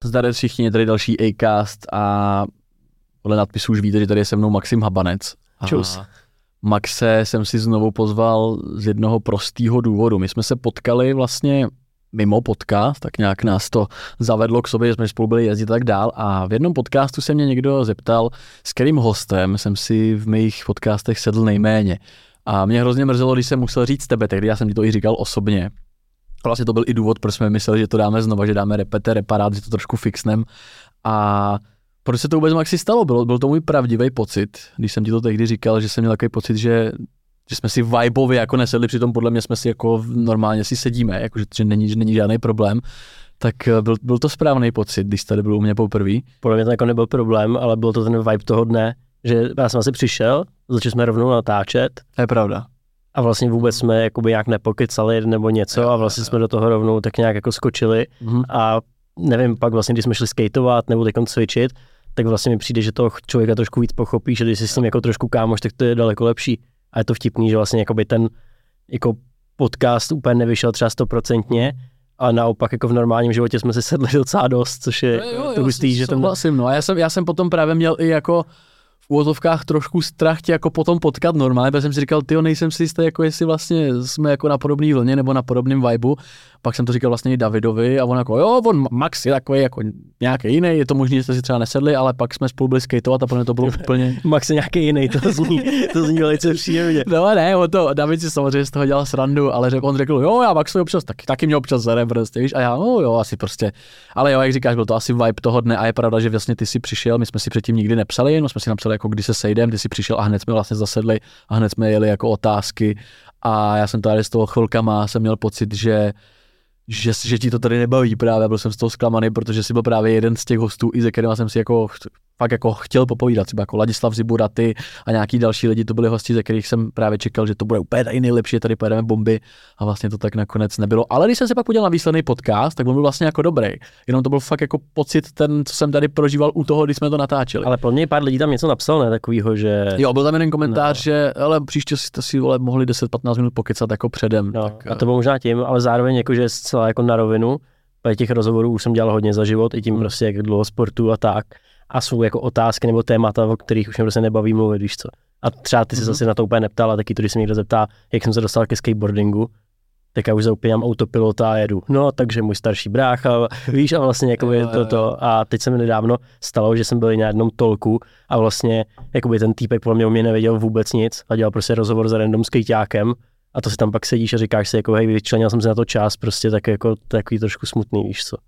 Zdar všichni, je tady další Acast a podle nadpisu už víte, že tady je se mnou Maxim Habanec. Čus. Maxe jsem si znovu pozval z jednoho prostého důvodu. My jsme se potkali vlastně mimo podcast, tak nějak nás to zavedlo k sobě, že jsme spolu byli jezdit a tak dál a v jednom podcastu se mě někdo zeptal, s kterým hostem jsem si v mých podcastech sedl nejméně. A mě hrozně mrzelo, když jsem musel říct tebe, tehdy já jsem ti to i říkal osobně. Vlastně to byl i důvod, proč jsme mysleli, že to dáme znova, že dáme reparát, že to trošku fixnem. A proč se to vůbec Maxi stalo? Byl to můj pravdivý pocit, když jsem ti to tehdy říkal, že jsem měl takový pocit, že jsme si vibeově jako nesedli, přitom podle mě jsme si jako normálně si sedíme, jako že není žádný problém. Tak byl to správný pocit, když tady byl u mě poprvé. Podle mě to jako nebyl problém, ale byl to ten vibe toho dne, že já jsem asi přišel, začali jsme rovnou natáčet. To je pravda. A vlastně vůbec jsme jakoby nějak nepokecali nebo něco a vlastně jsme do toho rovnou tak nějak jako skočili a nevím, pak vlastně, když jsme šli skateovat nebo takon cvičit, tak vlastně mi přijde, že toho člověka trošku víc pochopí, že když jsi s ním jako trošku kámoš, tak to je daleko lepší. A je to vtipný, že vlastně jakoby ten jako podcast úplně nevyšel třeba 100%, a naopak jako v normálním životě jsme si sedli docela dost, což je to hustý, že ten... Souhlasím, no. Já jsem potom právě měl i jako v úvozovkách trošku strach tě jako potom potkat normálně, protože jsem si říkal, tyjo, nejsem si jistý, jako jestli vlastně jsme jako na podobný vlně nebo na podobném vibu. Pak jsem to říkal vlastně i Davidovi a on jako, jo, on Max je takový jako nějaký jiný, je to možný, že jste si třeba nesedli, ale pak jsme spolu byli skateovat a pro mě to bylo úplně... Max je nějaký jiný, to zní velice příjemně. No ne, David si samozřejmě z toho dělal srandu, ale on řekl, jo, já Maxovi občas taky mě občas zerem prostě, víš, a já, no jo, asi prostě, ale jo, jak říkáš, byl to asi vibe toho dne a je pravda, že vlastně ty si přišel, my jsme si předtím nikdy nepsali, jenom jsme si napsali jako kdy se sejdem, ty si přišel a hned jsme vlastně zasedli a hned jsme jeli jako otázky a já jsem tady z toho chvilkama jsem měl pocit, že ti to tady nebaví právě, byl jsem z toho zklamaný, protože jsi byl právě jeden z těch hostů, i ze kterýma jsem si jako fakt jako chtěl popovídat, třeba jako Ladislav Zibura, ty a nějaký další lidi, to byli hosti, ze kterých jsem právě čekal, že to bude úplně tady nejlepší, že tady pojedeme bomby a vlastně to tak nakonec nebylo. Ale když jsem se pak podíval na výsledný podcast, tak on byl vlastně jako dobrý. Jenom to byl fakt jako pocit ten, co jsem tady prožíval u toho, když jsme to natáčeli. Ale pro mě pár lidí tam něco napsal, ne, takovýho, že... Jo, byl tam jeden komentář, že ale příště jste si mohli 10-15 minut pokecat jako předem. No, tak, a to bylo možná tím, ale zároveň jakože zcela jako na rovinu, těch rozhovorů už jsem dělal hodně za život, i tím prostě jak dlouho sportu a tak. A jsou jako otázky nebo témata, o kterých už mě prostě nebaví mluvit, víš co. A třeba ty jsi zase na to úplně neptal, a taky to, když se někdo zeptá, jak jsem se dostal ke skateboardingu, tak já už zaupínám autopilota a jedu. No, takže můj starší brácha, víš, a vlastně jakoby toto. A teď se mi nedávno stalo, že jsem byl na jednom tolku a vlastně jakoby ten týpek podle mě o mě nevěděl vůbec nic a dělal prostě rozhovor s random skejťákem. A to si tam pak sedíš a říkáš si, jako hej, vyčlenil jsem se na to čas, prostě tak jako takový trošku smutný, víš co.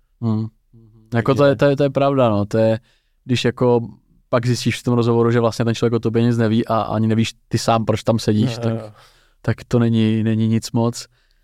Jako to je pravda, no, to je, když jako pak zjistíš v tom rozhovoru, že vlastně ten člověk o tobě nic neví a ani nevíš ty sám, proč tam sedíš, tak to není nic moc.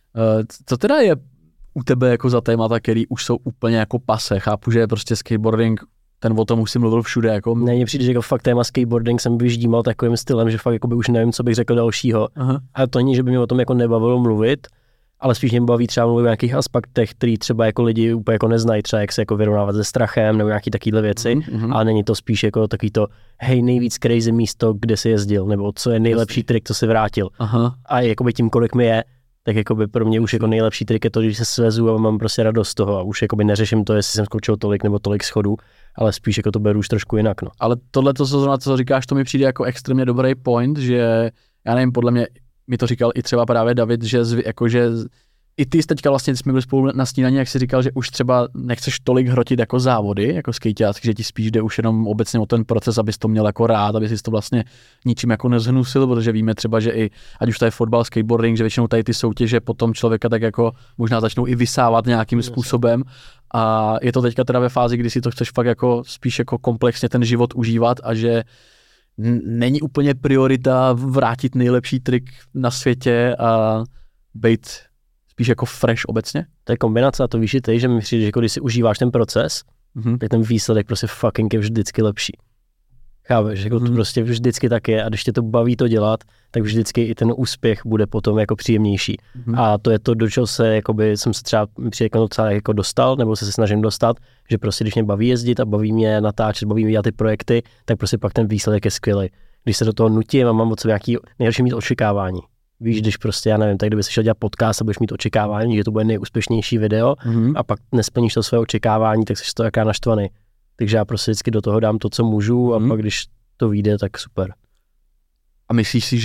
Co teda je u tebe jako za témata, který už jsou úplně jako pase? Chápu, že je prostě skateboarding, ten o tom už si mluvil všude. Jako... Ne, mně přijde, že jako fakt téma skateboarding jsem vyždímal takovým stylem, že fakt jako by už nevím, co bych řekl dalšího. Aha. A to není, že by mě o tom jako nebavilo mluvit, ale spíš mě baví třeba mluvit o nějakých aspektech, který třeba jako lidi úplně jako neznají, třeba jak se jako vyrovnávat se strachem nebo nějaký takovýhle věci, ale není to spíš jako takový to, hej, nejvíc crazy místo, kde jsi jezdil, nebo co je nejlepší trik, co si vrátil. Aha. A jakoby tím, kolik mi je, tak jakoby pro mě už jako nejlepší trik je to, když se svezu a mám prostě radost z toho a už jakoby neřeším to, jestli jsem skočil tolik nebo tolik schodů, ale spíš jako to beru už trošku jinak, no. Ale tohle, co říkáš, to mi přijde jako extrémně dobrý point, že já nevím, podle mě mi to říkal i třeba právě David, že i ty jsi teďka vlastně, jsme byli spolu na snídaní, jak jsi říkal, že už třeba nechceš tolik hrotit jako závody, jako skejťácky, že ti spíš jde už jenom obecně o ten proces, abys to měl jako rád, abys to vlastně ničím jako nezhnusil, protože víme třeba, že i ať už to je fotbal, skateboarding, že většinou tady ty soutěže potom člověka tak jako možná začnou i vysávat nějakým způsobem a je to teďka teda ve fázi, kdy si to chceš fakt jako spíš jako komplexně ten život užívat a že není úplně priorita vrátit nejlepší trik na světě a být spíš jako fresh obecně? To je kombinace a to víš i ty, že mi přijde, že když si užíváš ten proces, tak ten výsledek prostě fucking je vždycky lepší. Chápeš, jako to prostě vždycky tak je a když tě to baví to dělat, tak vždycky i ten úspěch bude potom jako příjemnější. A to je to, do čeho se jakoby, jsem se třeba přijde docela jako dostal, nebo se snažím dostat, že prostě když mě baví jezdit a baví mě natáčet, baví mě dělat ty projekty, tak prostě pak ten výsledek je skvělý. Když se do toho nutím a mám od sebe nějaký nejhorší mít očekávání. Víš, když prostě, já nevím, tak kdyby si šel dělat podcast a budeš mít očekávání, že to bude nejúspěšnější video a pak nesplníš to své očekávání, tak jsi to jaká naštvaný. Takže já prostě vždycky do toho dám to, co můžu a pak když to vyjde, tak super. A myslíš si,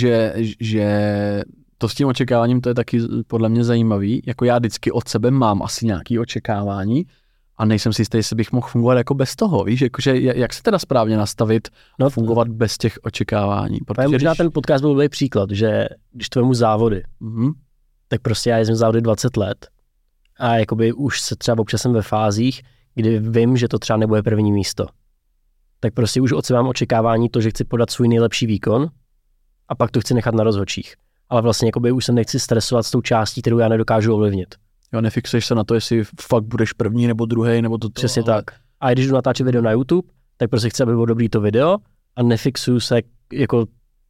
že to s tím očekáváním, to je taky podle mě zajímavý, jako já vždycky od sebe mám asi nějaké očekávání a nejsem si jistý, jestli bych mohl fungovat jako bez toho, víš, jakože jak se teda správně nastavit, fungovat bez těch očekávání. Protože možná ten podcast byl dobrý příklad, že když to vemu závody, tak prostě já jezdím závody 20 let a jakoby už se třeba občas jsem ve fázích, kdy vím, že to třeba nebude první místo. Tak prostě už od sebe mám očekávání to, že chci podat svůj nejlepší výkon a pak to chci nechat na rozhodčích. Ale vlastně jakoby už se nechci stresovat s tou částí, kterou já nedokážu ovlivnit. Jo, nefixuješ se na to, jestli fakt budeš první nebo druhý nebo to. Přesně tak. A když jdu natáčet video na YouTube, tak prostě chci, aby bylo dobrý to video a nefixuju se jako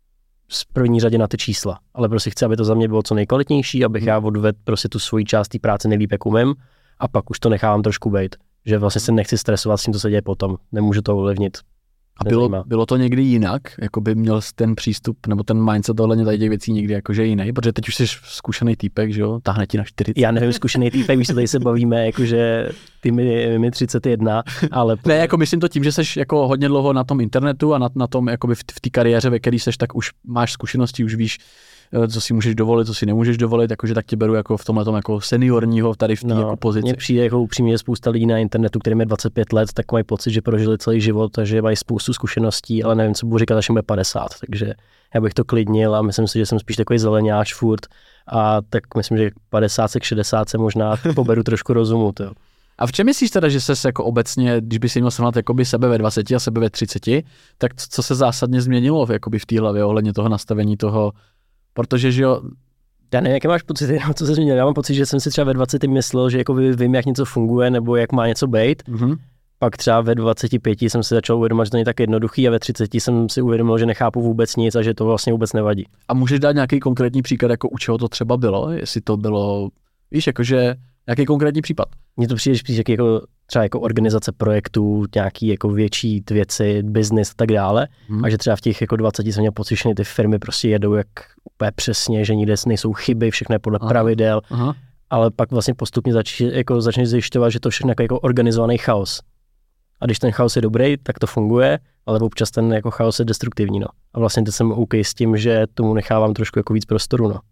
z první řadě na ty čísla. Ale prostě chci, aby to za mě bylo co nejkvalitnější, abych já odvedl prostě tu svoji část té práce nejlíp, jak umím a pak už to nechávám trošku bejt. Že vlastně se nechci stresovat s tím, co se děje potom. Nemůžu to ovlivnit. A bylo to někdy jinak? Jakoby měl jsi ten přístup nebo ten mindset ohledně tady těch věcí někdy jakože jiný? Protože teď už jsi zkušený týpek, že jo? Táhne ti na 40. Já nevím, zkušený týpek, víš, tady se bavíme, jakože ty mi 31, ale... Ne, jako myslím to tím, že jsi jako hodně dlouho na tom internetu a na tom jakoby v té kariéře, ve které seš, tak už máš zkušenosti, už víš, co si můžeš dovolit, co si nemůžeš dovolit, jakože tak tě beru jako v tomhletom jako seniorního tady v té jako pozici. Mně přijde jako upřímně spousta lidí na internetu, kterým je 25 let, tak mají pocit, že prožili celý život a že mají spoustu zkušeností, ale nevím, co budu říkat, až jim bude 50, takže já bych to klidnil a myslím si, že jsem spíš takový zeleňáč furt a tak myslím, že 50 k 60 se možná poberu trošku rozumu. To. A v čem myslíš teda, že ses jako obecně, když by si měl srovnat jakoby sebe ve 20 a sebe ve 30, tak co se zásadně změnilo jakoby v té hlavě ohledně toho nastavení toho. Protože, že jo... Já nevím, jaké máš pocit, co se změnilo. Já mám pocit, že jsem si třeba ve 20 myslel, že jako vím, jak něco funguje, nebo jak má něco být. Pak třeba ve 25 jsem si začal uvědomit, že to není tak jednoduchý a ve 30 jsem si uvědomil, že nechápu vůbec nic a že to vlastně vůbec nevadí. A můžeš dát nějaký konkrétní příklad, jako u čeho to třeba bylo? Jestli to bylo, víš, jakože nějaký konkrétní případ? Mně to přijde spíš jako třeba jako organizace projektů, nějaký jako větší věci, business a tak dále. A že třeba v těch jako 20 jsem měl pocit, že ty firmy prostě jedou jak úplně přesně, že nikde nejsou chyby, všechno je podle pravidel. Ale pak vlastně postupně začneš zjišťovat, že to všechno jako organizovaný chaos. A když ten chaos je dobrý, tak to funguje, ale občas ten jako chaos je destruktivní. No. A vlastně teď jsem OK s tím, že tomu nechávám trošku jako víc prostoru. No.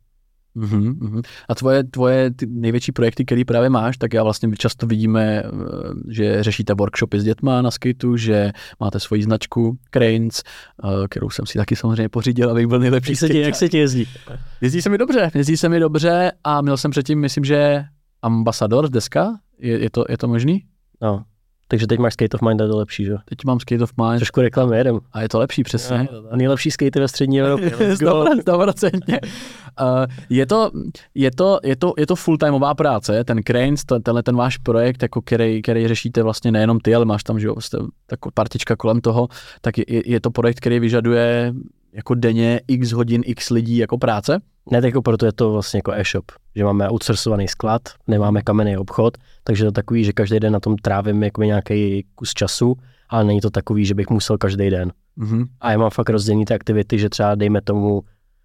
A tvoje ty největší projekty, které právě máš, tak já vlastně často vidíme, že řešíte workshopy s dětma na skateu, že máte svoji značku Cranes, kterou jsem si taky samozřejmě pořídil, abych byl nejlepší skater. Jak se ti jezdí? Jezdí se mi dobře a měl jsem předtím, myslím, že ambasador z deska, je to možný? No. Takže teď máš Skate of Mind a je to lepší, že? Teď mám Skate of Mind. Trošku reklamy jedem. A je to lepší, přesně. A nejlepší skate ve střední Evropě. 100%. Je to full-timeová práce, ten Cranes, ten váš projekt, jako který řešíte vlastně nejenom ty, ale máš tam, že jo, taková partička kolem toho, tak je to projekt, který vyžaduje jako denně x hodin, x lidí jako práce? Ne, tak jako proto je to vlastně jako e-shop, že máme outsourcovaný sklad, nemáme kamenný obchod, takže to takový, že každý den na tom trávím jako nějaký kus času, ale není to takový, že bych musel každý den. A já mám fakt rozdělený ty aktivity, že třeba dejme tomu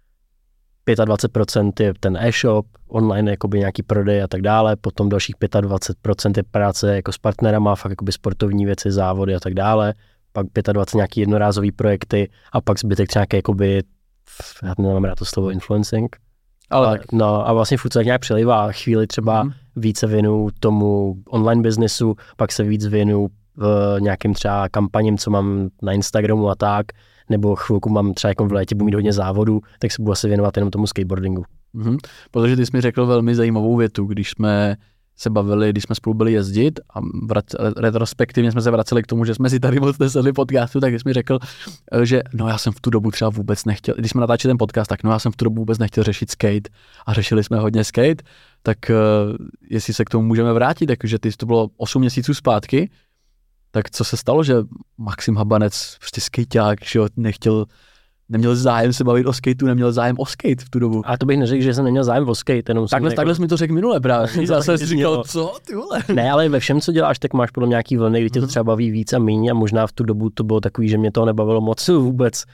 25% je ten e-shop, online jakoby nějaký prodej a tak dále, potom dalších 25% je práce jako s partnerama, fakt jakoby sportovní věci, závody a tak dále, pak 25 nějaký jednorázový projekty a pak zbytek třeba nějaký jakoby, já nemám rád to slovo influencing, ale no a vlastně furt se tak nějak přelivá, chvíli třeba více věnu tomu online biznesu, pak se víc věnu v nějakým třeba kampaním, co mám na Instagramu a tak, nebo chvilku mám třeba jako v létě, budu mít hodně závodů, tak se budu asi věnovat jenom tomu skateboardingu. Protože ty jsi mi řekl velmi zajímavou větu, když jsme se bavili, když jsme spolu byli jezdit a retrospektivně jsme se vraceli k tomu, že jsme si tady moc nesedli podcastu, tak jsi mi řekl, že no já jsem v tu dobu třeba vůbec nechtěl, když jsme natáčeli ten podcast, tak no já jsem v tu dobu vůbec nechtěl řešit skate a řešili jsme hodně skate, tak jestli se k tomu můžeme vrátit, takže to bylo 8 měsíců zpátky, tak co se stalo, že Maxim Habanec, prostě skejťák, že neměl zájem se bavit o skateu, neměl zájem o skate v tu dobu. A to bych neřekl, že jsem neměl zájem o skate, jenom takhle jsi mi to řekl minule právě. Zase jsi říkal, co ty vole. Ne, ale ve všem, co děláš, tak máš podle mě nějaký vlny, kdy tě to třeba baví víc a míň a možná v tu dobu to bylo takový, že mě to nebavilo moc vůbec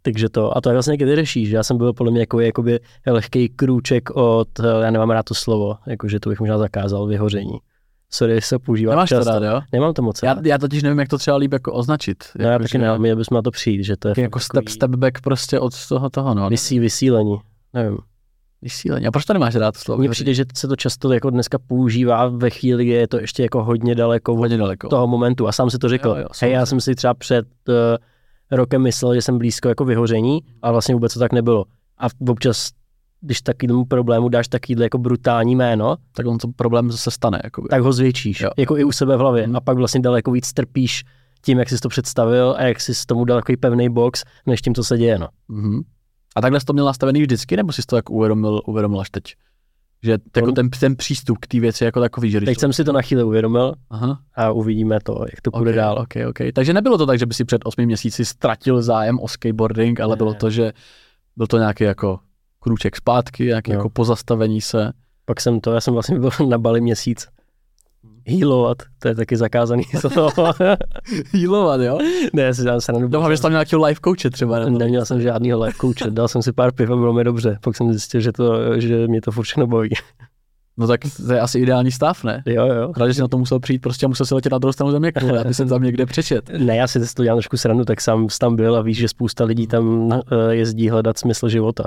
Takže to, a to je vlastně někdy řešíš, já jsem byl podle mě jakoby lehký krůček od, já nemám rád to slovo, jakože to bych možná zakázal, vyhoření. Sorry, se používá. Nemáš často. to rád, jo? Nemám to moc rád. Já totiž nevím, jak to třeba líp jako označit. No já taky nevím, měl bys na to přijít, že to je jako step back prostě od toho, no. Vysílení, nevím. Vysílení. A proč to nemáš rád to slovo? Mně přijde, že se to často jako dneska používá ve chvíli, kdy je to ještě jako hodně daleko toho momentu. A sám si to řekl. Jo, hej, já jsem si třeba před rokem myslel, že jsem blízko jako vyhoření, ale vlastně vůbec to tak nebylo. A občas, když takovému problému dáš takovýhle jako brutální jméno, tak on to problém se stane. Jakoby. Tak ho zvětšíš, jako i u sebe v hlavě. A pak vlastně daleko víc trpíš tím, jak jsi to představil a jak jsi tomu dal takový pevný box, než tím, co se děje. No. A takhle jsi to měl nastavený vždycky, nebo jsi to jako uvědomil až teď? Že jako ten přístup k té věci jako takový, že teď jsem si to na chvíli uvědomil. A uvidíme to, jak to půjde dál. Okay. Takže nebylo to tak, že by si před 8 měsíci ztratil zájem o skateboarding, ale bylo to, že byl to nějaký jako krůček zpátky, nějaký jako pozastavení se. Pak já jsem vlastně byl na Bali měsíc. Healovat, to je taky zakázaný. Healovat, jo? Ne, já si dám srandu. Doufám, že jsi tam měl nějakého life coache třeba. Neměl jsem žádnýho life coache, dal jsem si pár piv a bylo mi dobře. Pak jsem zjistil, že mě to furt všechno baví. No tak to je asi ideální stav, ne? Jo. Rád, že jsi na to musel přijít prostě a musel si letět na druhou stranu země, aby jsem tam někde přečet. Ne, já si to dělám trošku srandu, tak sám tam byl a víš, že spousta lidí tam jezdí hledat smysl života.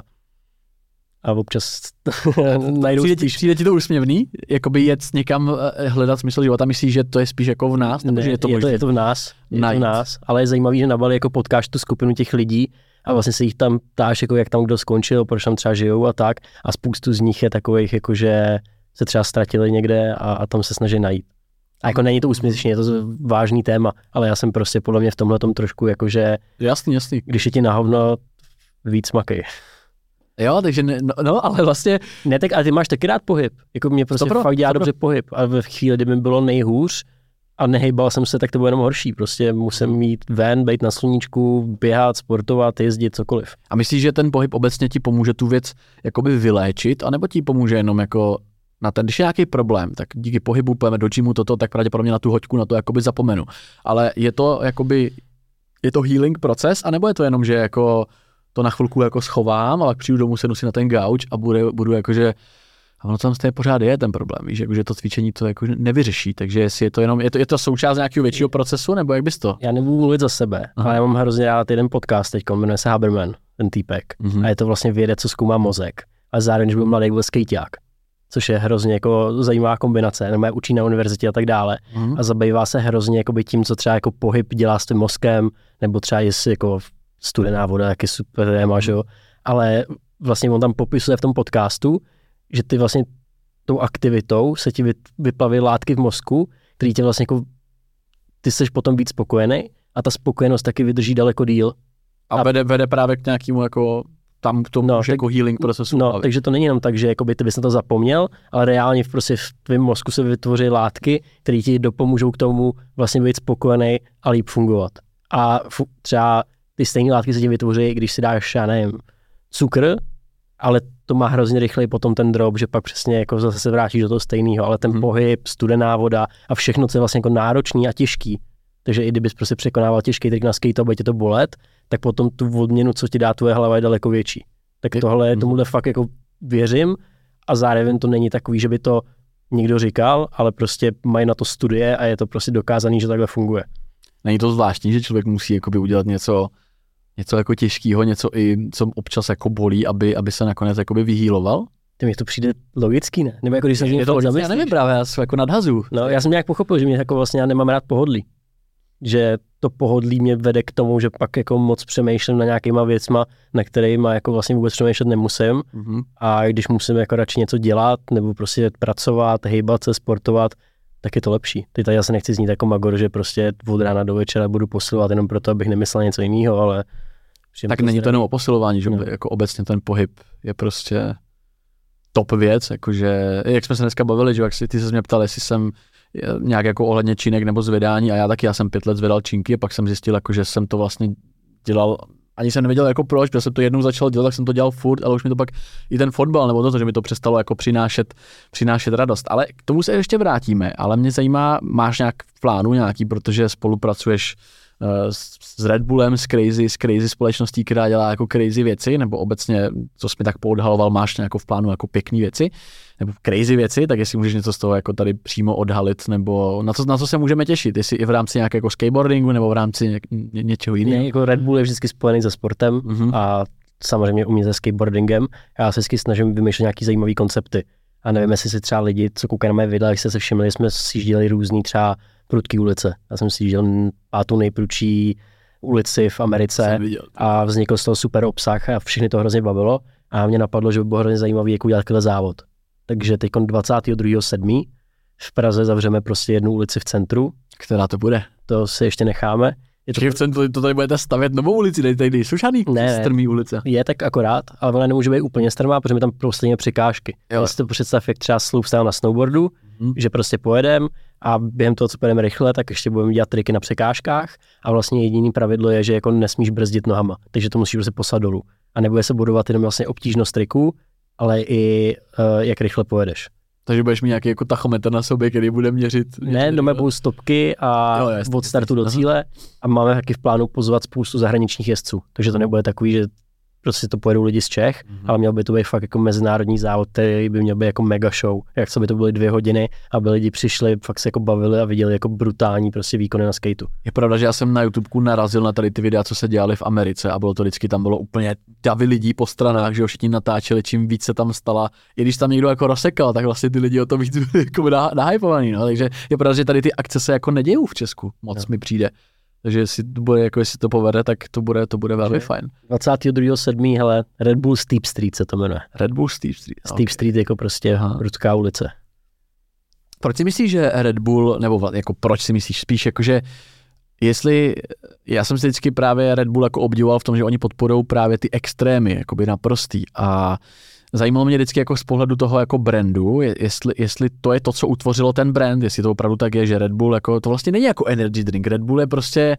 A občas najdou přijde ti to úsměvný? Jakoby jet někam hledat smysl života, myslíš, že to je spíš jako v nás? Nebo ne, že je to v nás, ale je zajímavý, že na Bali jako potkáš tu skupinu těch lidí a vlastně se jich tam ptáš, jako jak tam kdo skončil, proč tam třeba žijou a tak a spoustu z nich je takových, jako že se třeba ztratili někde a tam se snaží najít. A jako není to úsměšně, je to vážný téma, ale já jsem prostě podle mě v tomhletom trošku jakože... Jasný. Když je ti na hovno, víc makej. Jo, takže ale vlastně... Ne, tak ale ty máš taky rád pohyb. Jako mě prostě fakt dělá dobře pohyb. A ve chvíli, kdy mi bylo nejhůř a nehejbal jsem se, tak to bylo jenom horší. Prostě musím mít ven, být na sluníčku, běhat, sportovat, jezdit, cokoliv. A myslíš, že ten pohyb obecně ti pomůže tu věc jakoby vyléčit, anebo ti pomůže jenom jako na ten, když je nějaký problém, tak díky pohybu půjdeme do gymu tak pravděpodobně na tu hoďku na to jakoby zapomenu. Ale je to healing proces, anebo je to jenom, že jako to na chvilku jako schovám, ale přijdu domů, sednu si na ten gauč a budu jakože, a ono tam stejně pořád je ten problém, víš, jakože to cvičení to jako nevyřeší, takže jestli je to jenom, je to součást nějakého většího procesu, nebo jak bys to? Já nebudu mluvit za sebe, ale já mám hrozně rád jeden podcast teď, jmenuje se Haberman, ten týpek, a je to vlastně vědec, co zkoumá mozek, a zároveň, když byl mladý, byl skejťák, což je hrozně jako zajímavá kombinace, nebo učí na univerzitě a tak dále, a zabývá se hrozně jakoby tím, co třeba jako pohyb dělá s tím mozkem, nebo třeba jestli jako studená voda, jak je super téma, že jo, ale vlastně on tam popisuje v tom podcastu, že ty vlastně tou aktivitou se ti vyplaví látky v mozku, který tě vlastně jako, ty seš potom víc spokojený a ta spokojenost taky vydrží daleko díl. A vede právě k nějakému jako tam k tomu jako healing procesu. No, takže to není jenom tak, že jakoby ty bys na to zapomněl, ale reálně prostě v tvém mozku se vytvoří látky, které ti dopomůžou k tomu vlastně být spokojený a líp fungovat. A třeba ty stejné látky se ti vytvoří, když si dáš, já nevím, cukr, ale to má hrozně rychlej potom ten drop, že pak přesně jako zase se vrátíš do toho stejného, ale ten pohyb, studená voda a všechno, co je vlastně jako náročný a těžký. Takže i kdybys prostě překonával těžký trik na skate a bude tě to bolet, tak potom tu odměnu, co ti dá tvoje hlava, je daleko větší. Tak tomuhle fakt jako věřím a zároveň to není takový, že by to někdo říkal, ale prostě mají na to studie a je to prostě dokázaný, že takhle funguje. Není to zvláštní, že člověk musí jakoby udělat něco jako těžkého, něco i co občas jako bolí, aby se nakonec jakoby vyhýloval? To mi to přijde logický, ne? Nebo jako když se já nevím právě, já se jako nadhazu. No, já jsem nějak pochopil, že mě jako vlastně já nemám rád pohodlí. Že to pohodlí mě vede k tomu, že pak jako moc přemýšlím na nějakýma věcma, na kterýma jako vlastně vůbec přemýšlet nemusím. A když musím jako radši něco dělat, nebo prostě pracovat, hejbat se, sportovat, tak je to lepší. Teď tady já se nechci znít jako magor, že prostě od rána do večera budu posilovat jenom proto, abych nemyslel něco jiného, ale... Tak není to jenom o posilování, že jako obecně ten pohyb je prostě top věc, jakože, jak jsme se dneska bavili, že jak ty se mě ptal, jestli jsem nějak jako ohledně činek nebo zvedání a já jsem 5 let zvedal činky a pak jsem zjistil, jako, že jsem to vlastně dělal, ani jsem nevěděl jako proč, protože jsem to jednou začal dělat, tak jsem to dělal furt, ale už mi to pak i ten fotbal nebo to, že mi to přestalo jako přinášet radost. Ale k tomu se ještě vrátíme, ale mě zajímá, máš nějak v plánu nějaký, protože spolupracuješ s Red Bullem, s crazy společností, která dělá jako crazy věci, nebo obecně, co jsi mi tak poodhaloval, máš nějakou v plánu jako pěkný věci, nebo crazy věci, tak jestli můžeš něco z toho jako tady přímo odhalit, nebo na co se můžeme těšit, jestli i v rámci nějakého jako skateboardingu, nebo v rámci něčeho jiného. Ne, jako Red Bull je vždycky spojený se sportem a samozřejmě u mě se skateboardingem. Já se vždycky snažím vymýšlet nějaký zajímavý koncepty. A nevím, jestli si třeba lidi, co koukají na mé videa, jak jste se všimli, jsme sjížděli různý třeba prudký ulice. Já jsem sjížděl 5. nejprudší ulici v Americe a vznikl z toho super obsah a všechny to hrozně bavilo. A mě napadlo, že by bylo hrozně zajímavý, jak udělat takový závod. Takže teď 22.7. v Praze zavřeme prostě jednu ulici v centru. Která to bude? To si ještě necháme. V centru to tady budete stavět novou ulici, tady nejsou žádný strmý ulice. Je tak akorát, ale ona nemůže být úplně strmá, protože mi tam prostě překážky. Já si to představ, jak třeba slopestyle na snowboardu, že prostě pojedem a během toho, co pojedeme rychle, tak ještě budeme dělat triky na překážkách a vlastně jediný pravidlo je, že jako nesmíš brzdit nohama, takže to musíš prostě poslat dolů. A nebude se budovat jenom vlastně obtížnost triků, ale i jak rychle pojedeš. Takže budeš mít nějaký jako tachometr na sobě, který bude měřit. Ne, doma budou stopky a od startu do cíle a máme taky v plánu pozvat spoustu zahraničních jezdců. Takže to nebude takový, že prostě to pojedou lidi z Čech, ale měl by to být fakt jako mezinárodní závod, který by měl být jako mega show. Jak co by to byly 2 hodiny, aby lidi přišli, fakt se jako bavili a viděli jako brutální prostě výkony na skateu. Je pravda, že já jsem na YouTubeku narazil na tady ty videa, co se dělali v Americe a bylo to vždycky, tam bylo úplně davy lidí po stranách, že ho všichni natáčeli, čím víc se tam stala. I když tam někdo jako rozsekal, tak vlastně ty lidi o to víc byli jako nahypovaný, no. Takže je pravda, že tady ty akce se jako nedějou v Česku, moc mi přijde. Takže jestli to povede, tak to bude velmi fajn. 22.7. hele, Red Bull Steep Street se to jmenuje. Red Bull Steep Street. Steep Street jako prostě prudská ulice. Proč si myslíš, že Red Bull, nebo jako proč si myslíš spíš, jakože jestli, já jsem si vždycky právě Red Bull jako obdivoval v tom, že oni podporují právě ty extrémy, jakoby naprostý a zajímalo mě vždycky jako z pohledu toho jako brandu, jestli to je to, co utvořilo ten brand, jestli to opravdu tak je, že Red Bull jako, to vlastně není jako energy drink, Red Bull je prostě,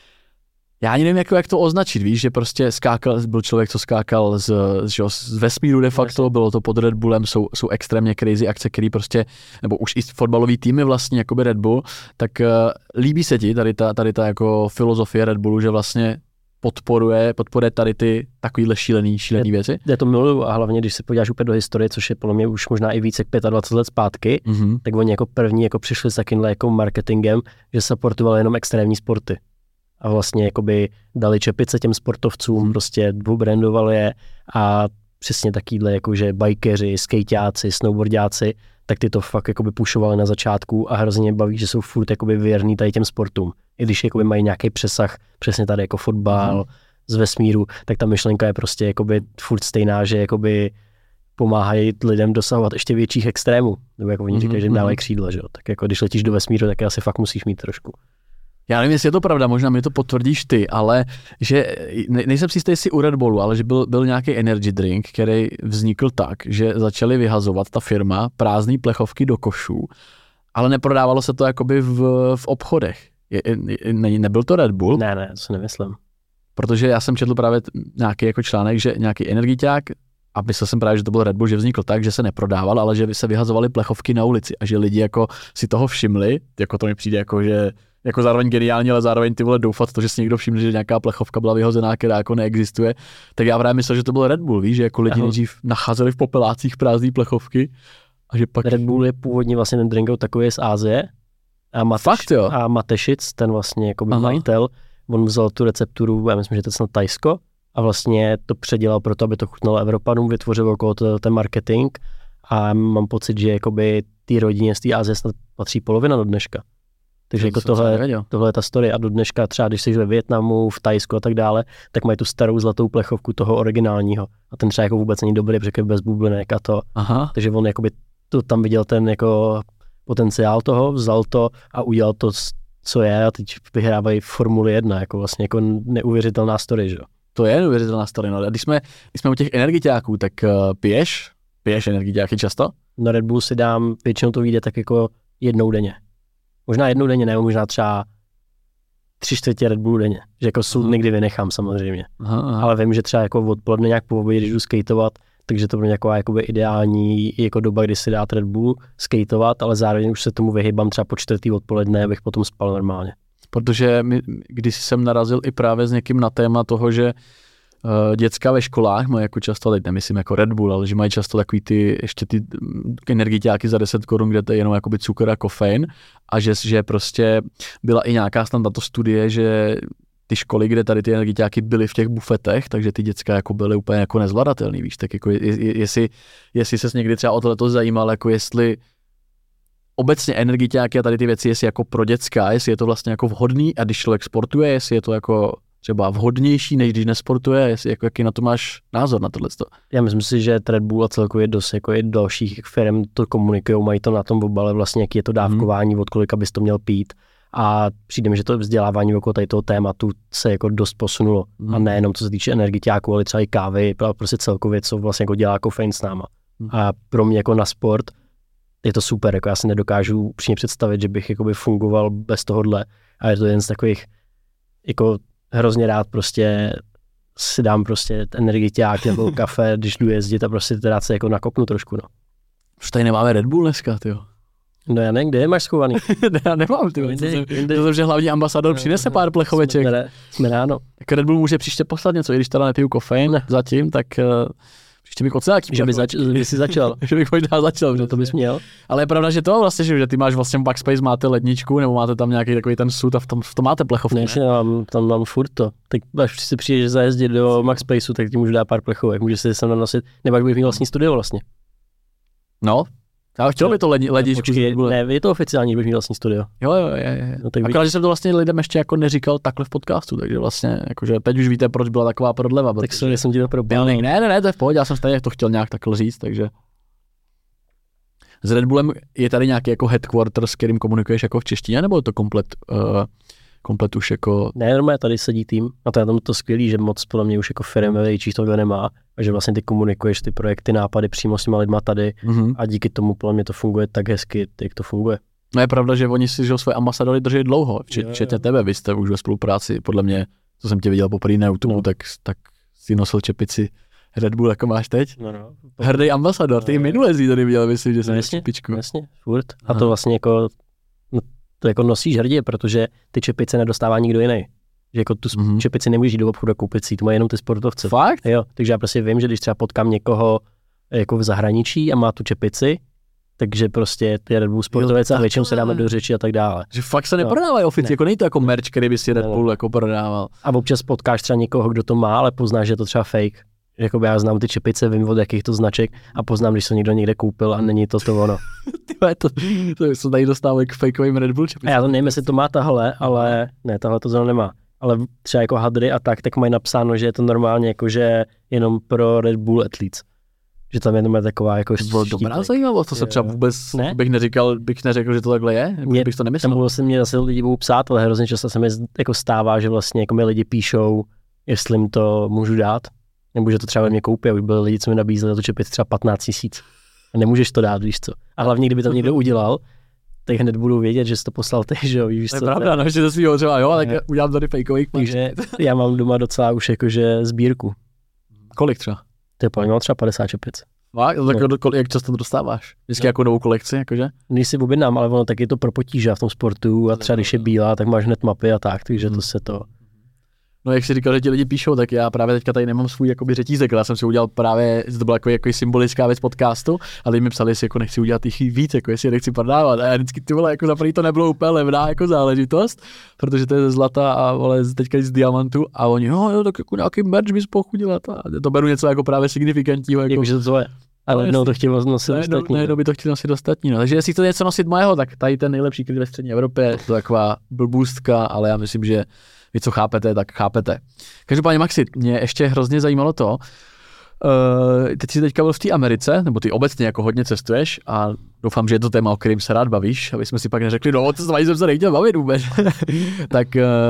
já ani nevím, jak to označit, víš, že prostě byl člověk, co skákal z vesmíru de facto, bylo to pod Red Bullem, jsou extrémně crazy akce, který prostě, nebo už i fotbalový týmy vlastně, jakoby Red Bull, tak líbí se ti tady ta jako filozofie Red Bullu, že vlastně podporuje tady ty takovýhle šílený věci. Já to miluju a hlavně, když se podíváš úplně do historie, což je podle mě už možná i více jak 25 let zpátky, tak oni jako první jako přišli s takýmhle jako marketingem, že supportovali jenom extrémní sporty. A vlastně jakoby dali čepice těm sportovcům, prostě dvoubrandovali je a přesně takýhle jakože bikeři, skejťáci, snowboardáci, tak ty to fakt jakoby pušovali na začátku a hrozně baví, že jsou furt jakoby věrní tady těm sportům. I když jakoby mají nějaký přesah, přesně tady jako fotbal z vesmíru, tak ta myšlenka je prostě jakoby furt stejná, že jakoby pomáhají lidem dosahovat ještě větších extrémů. Nebo jako oni říkají, že jim dávají křídla, že jo. Tak jako když letíš do vesmíru, tak asi fakt musíš mít trošku. Já nevím, jestli je to pravda, možná mi to potvrdíš ty, ale že nejsem si jistý, jestli u Red Bullu, ale že byl nějaký energy drink, který vznikl tak, že začali vyhazovat ta firma prázdné plechovky do košů, ale neprodávalo se to jakoby v obchodech. Nebyl to Red Bull? Ne, to si nemyslím. Protože já jsem četl právě nějaký jako článek, že nějaký energiťák, a myslel jsem právě, že to byl Red Bull, že vznikl tak, že se neprodával, ale že se vyhazovaly plechovky na ulici a že lidi jako si toho všimli, jako to mi přijde jako, že jako zároveň geniálně, ale zároveň ty vole doufat to, že si někdo všiml, že nějaká plechovka byla vyhozená, která jako neexistuje, tak já právě myslel, že to byl Red Bull, víš, že jako lidi nejdřív nacházeli v popelácích prázdné plechovky a že pak... Red Bull je původně vlastně ten drink takový z Asie a Matešic, ten vlastně jako majitel, on vzal tu recepturu, já myslím, že to je snad Tajsko a vlastně to předělal proto, aby to chutnalo Evropanům, vytvořil okolo ten marketing a mám pocit, že jakoby té rodině z té Asie snad patří polovina do dneška. Takže jako tohle je ta story a do dneška třeba, když jsi ve Vietnamu, v Tajsku a tak dále, tak mají tu starou zlatou plechovku toho originálního a ten třeba jako vůbec není dobrý, protože je bez bublinek a to. Aha. Takže on jakoby to tam viděl ten jako potenciál toho, vzal to a udělal to, co je a teď vyhrávají Formuli 1, jako vlastně jako neuvěřitelná story, že jo. To je neuvěřitelná story, no. A když jsme u těch energiťáků, tak piješ energiťáky často? Na Red Bull si dám, většinou to vyjde tak jako jednou denně. Možná jednou denně, nebo možná třeba 3/4 Red Bullu denně. Že jako sůl někdy vynechám samozřejmě. Aha. Ale vím, že třeba jako odpoledne nějak po obědě, když jdu skateovat, takže to bude nějaká jakoby ideální jako doba, kdy si dát Red Bull, skateovat, ale zároveň už se tomu vyhybám třeba po 4. odpoledne, abych potom spal normálně. Protože když jsem narazil i právě s někým na téma toho, že děcka ve školách mají jako často, teď nemyslím jako Red Bull, ale že mají často takový ještě ty energiťáky za 10 korun, kde to je jenom jakoby cukr a kofein a že prostě byla i nějaká snad tato studie, že ty školy, kde tady ty energiťáky byly v těch bufetech, takže ty děcka jako byly úplně jako nezvladatelný, víš, tak jako jestli ses někdy třeba o tohleto zajímal, jako jestli obecně energiťáky a tady ty věci, jestli jako pro děcka, jestli je to vlastně jako vhodný a když člověk sportuje, jestli je to jako třeba vhodnější, než když nesportuje, jestli jako jaký na to máš názor na tohleto. Já myslím si, že Red Bull a celkově dost jako i dalších firm to komunikují, mají to na tom obale vlastně, jaký je to dávkování, od kolika bys to měl pít. A přijde mi, že to vzdělávání okolo tady toho tématu se jako dost posunulo. A nejenom co se týče energiťáků, ale třeba i kávy, ale prostě celkově, co vlastně jako dělá kofein s náma. A pro mě jako na sport je to super, jako já si nedokážu upřímně představit, že bych jakoby fungoval bez tohohle. A je to jeden z takových, jako hrozně rád prostě si dám prostě energiťák nebo kafe, když jdu jezdit a prostě teda se jako nakopnu trošku, no. Už tady nemáme Red Bull dneska, tyjo. No já nevím, kde je máš schovaný? Ne, já nemám, tyjo. To že hlavní ambasador přinese pár plechoveček. Jsme ráno. Tak Red Bull může příště poslat něco, i když teda nepiju kofein zatím, tak příště bych ocenil, že si začal. Že bych možná začal. Že to bys měl. Ale je pravda, že to vlastně, že ty máš vlastně v Backspace, máte ledničku, nebo máte tam nějaký takový ten sud a v tom máte plechovky, ne? Tam mám furt to. Tak až si přijdeš zajezdit do Maxspaceu, tak ti můžu dát pár plechovek, můžeš si sem nanosit, nebo až budeš mít vlastní studio vlastně. No, já chtěl by to ledničku. Ne, je to oficiální, budeš mít vlastní studio. Jo. No, akorát, že jsem to vlastně lidem ještě jako neříkal takhle v podcastu, takže vlastně, jakože teď už víte, proč byla taková prodleva. Tak sorry, jsem ti to probal. Ne, to je v pohodě, já jsem stejně to chtěl nějak takhle říct, takže. S Red Bullem je tady nějaký jako headquarter, s kterým komunikuješ jako v češtině, nebo je to komplet už jako... Ne, normálně tady sedí tým a to je tam to skvělý, že moc podle mě už jako firmy větších tohle nemá a že vlastně ty komunikuješ ty projekty, nápady přímo s těma lidma tady a díky tomu podle mě to funguje tak hezky, jak to funguje. No je pravda, že oni si že svoje ambasadory drží dlouho, včetně tebe, vy jste už ve spolupráci, podle mě, co jsem tě viděl poprvé na YouTube, tak si nosil čepici Red Bull, jako máš teď. No. Hrdý ambasador, ty i minule jsi tady viděl, myslím, že jsem čepičku. Jasně, furt. A to vlastně jako to jako nosíš hrdě, protože ty čepice nedostává nikdo jiný. Že jako tu čepici nemůžeš jít do obchodu a koupit si, to mají jenom ty sportovci. Fakt? Jo, takže já prostě vím, že když třeba potkám někoho jako v zahraničí a má tu čepici, takže prostě ty Red Bull sportovec a většinou se dáme do řeči a tak dále. Že fakt se neprodávají oficiálně, jako není to jako merch, který by si Red Bull jako prodával. A občas potkáš třeba někoho, kdo to má, ale poznáš, že je to třeba fake. Jakoby já znám ty čepice, vím od jakých to značek a poznám, když to někdo někde koupil a není to ono. to se tady dostávají k fakeovým Red Bull čepicím. A já to nevím, jestli to má tahle, ale ne, tahle to zrovna nemá. Ale třeba jako hadry a tak mají napsáno, že je to normálně jakože jenom pro Red Bull athletes. Že tam jenom je taková jako to bylo dobrá zajímavost, to se třeba vůbec bych neřekl, že to takhle je, bych to nemyslel. Tam se mě zase lidi budou psát, ale hrozně často se mi jako stává, že vlastně jako mi lidi píšou, jestli jim to můžu dát. Nebo že to třeba ve mě koupí, a už byli lidi, co mi nabízeli za to čepit třeba 15 000. A nemůžeš to dát, víš co. A hlavně, kdyby to někdo udělal, tak hned budou vědět, že jsi to poslal ty, že jo, víš co. To je pravda, no, že ze svýho třeba, jo, tak udělám tady fakeových. Takže já mám doma docela už jakože sbírku. Kolik třeba? To je mám třeba 50 čepic. Jak často to dostáváš? Vždycky jako novou kolekci, jakože? Když si objednám, ale ono tak je to pro potíže v tom sportu a třeba když je bílá, tak máš hned mapy a tak, takže to se to... No jak jsi říkal, že ti lidi píšou, tak já právě teďka tady nemám svůj jakoby řetízek, já jsem si udělal právě, to byla jako symbolická věc podcastu, ale mi psali, jestli jako nechci udělat jich víc, jako jestli je nechci prodávat. A já vždycky ty vole, jako za první to nebylo úplně levná jako záležitost, protože to je ze zlata a vole teďka z diamantu a oni, jo, tak jako nějaký merch bys mohl udělat a to beru něco jako právě signifikantního. Jako že to je. Ale no to chtěl nosit ostatní. Ne, by to chtěl nosit ostatní. No. Takže jestli chcete něco nosit mojeho, tak tady ten nejlepší klid ve střední Evropě, to je taková blbůstka, ale já myslím, že vy co chápete, tak chápete. Každopádně Maxi, mě ještě hrozně zajímalo to, teď jsi teďka byl v té Americe, nebo ty obecně jako hodně cestuješ a doufám, že je to téma, o kterým se rád bavíš, aby jsme si pak neřekli, no o cestování jsem se nechtěl bavit vůbec. Tak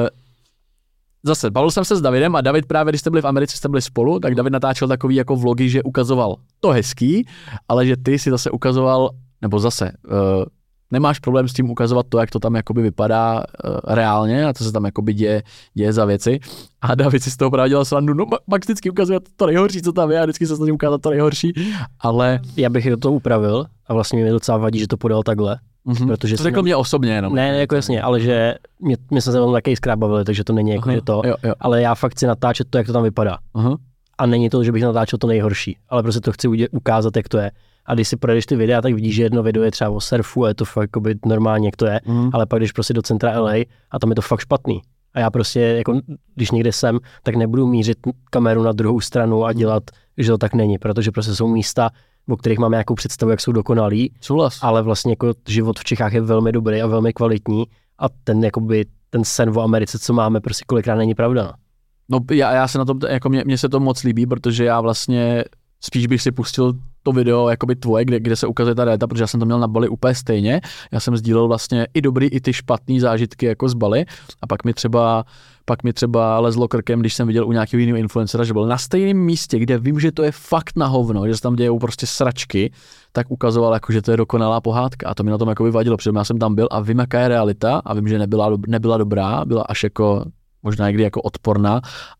zase, bavil jsem se s Davidem a David právě, když jste byli v Americe, jste byli spolu, tak David natáčel takový jako vlogy, že ukazoval to hezký, ale že ty si zase ukazoval, nebo zase, nemáš problém s tím ukazovat to, jak to tam jakoby vypadá reálně a co se tam jakoby děje za věci. A David si z toho právě dělal srandu, no Max vždycky ukazuje to nejhorší, co tam je, a vždycky se snažím ukázat to nejhorší, ale... Já bych to upravil a vlastně mi docela vadí, že to podal takhle, Protože to řekl mě osobně jenom. Ne, jako jasně, ale že my jsme se tam taky zkrát bavili, takže to není jako, že to, jo. ale já fakt chci natáčet to, jak to tam vypadá. A není to, že bych natáčel to nejhorší, ale prostě to chci ukázat, jak to je. A když si projedeš ty videa, tak vidíš, že jedno video je třeba o surfu a je to fakt jakoby normálně, jak to je, ale pak když prostě do centra LA a tam je to fakt špatný. A já prostě, jako, když někde jsem, tak nebudu mířit kameru na druhou stranu a dělat, že to tak není, protože prostě jsou místa, o kterých máme nějakou představu, jak jsou dokonalí, ale vlastně jako život v Čechách je velmi dobrý a velmi kvalitní a ten sen o Americe, co máme, prostě kolikrát není pravda. No já se na tom, jako mně se to moc líbí, protože já vlastně spíš bych si pustil to video jakoby tvoje, kde se ukazuje ta realita, protože já jsem to měl na Bali úplně stejně. Já jsem sdílel vlastně i dobrý, i ty špatný zážitky jako z Bali a pak mi třeba lezlo krkem, když jsem viděl u nějakého jiného influencera, že byl na stejném místě, kde vím, že to je fakt na hovno, že se tam dějou prostě sračky, tak ukazoval jako, že to je dokonalá pohádka a to mi na tom jako vadilo, protože já jsem tam byl a vím, jaká je realita a vím, že nebyla dobrá, byla až jako možná někdy jako odporná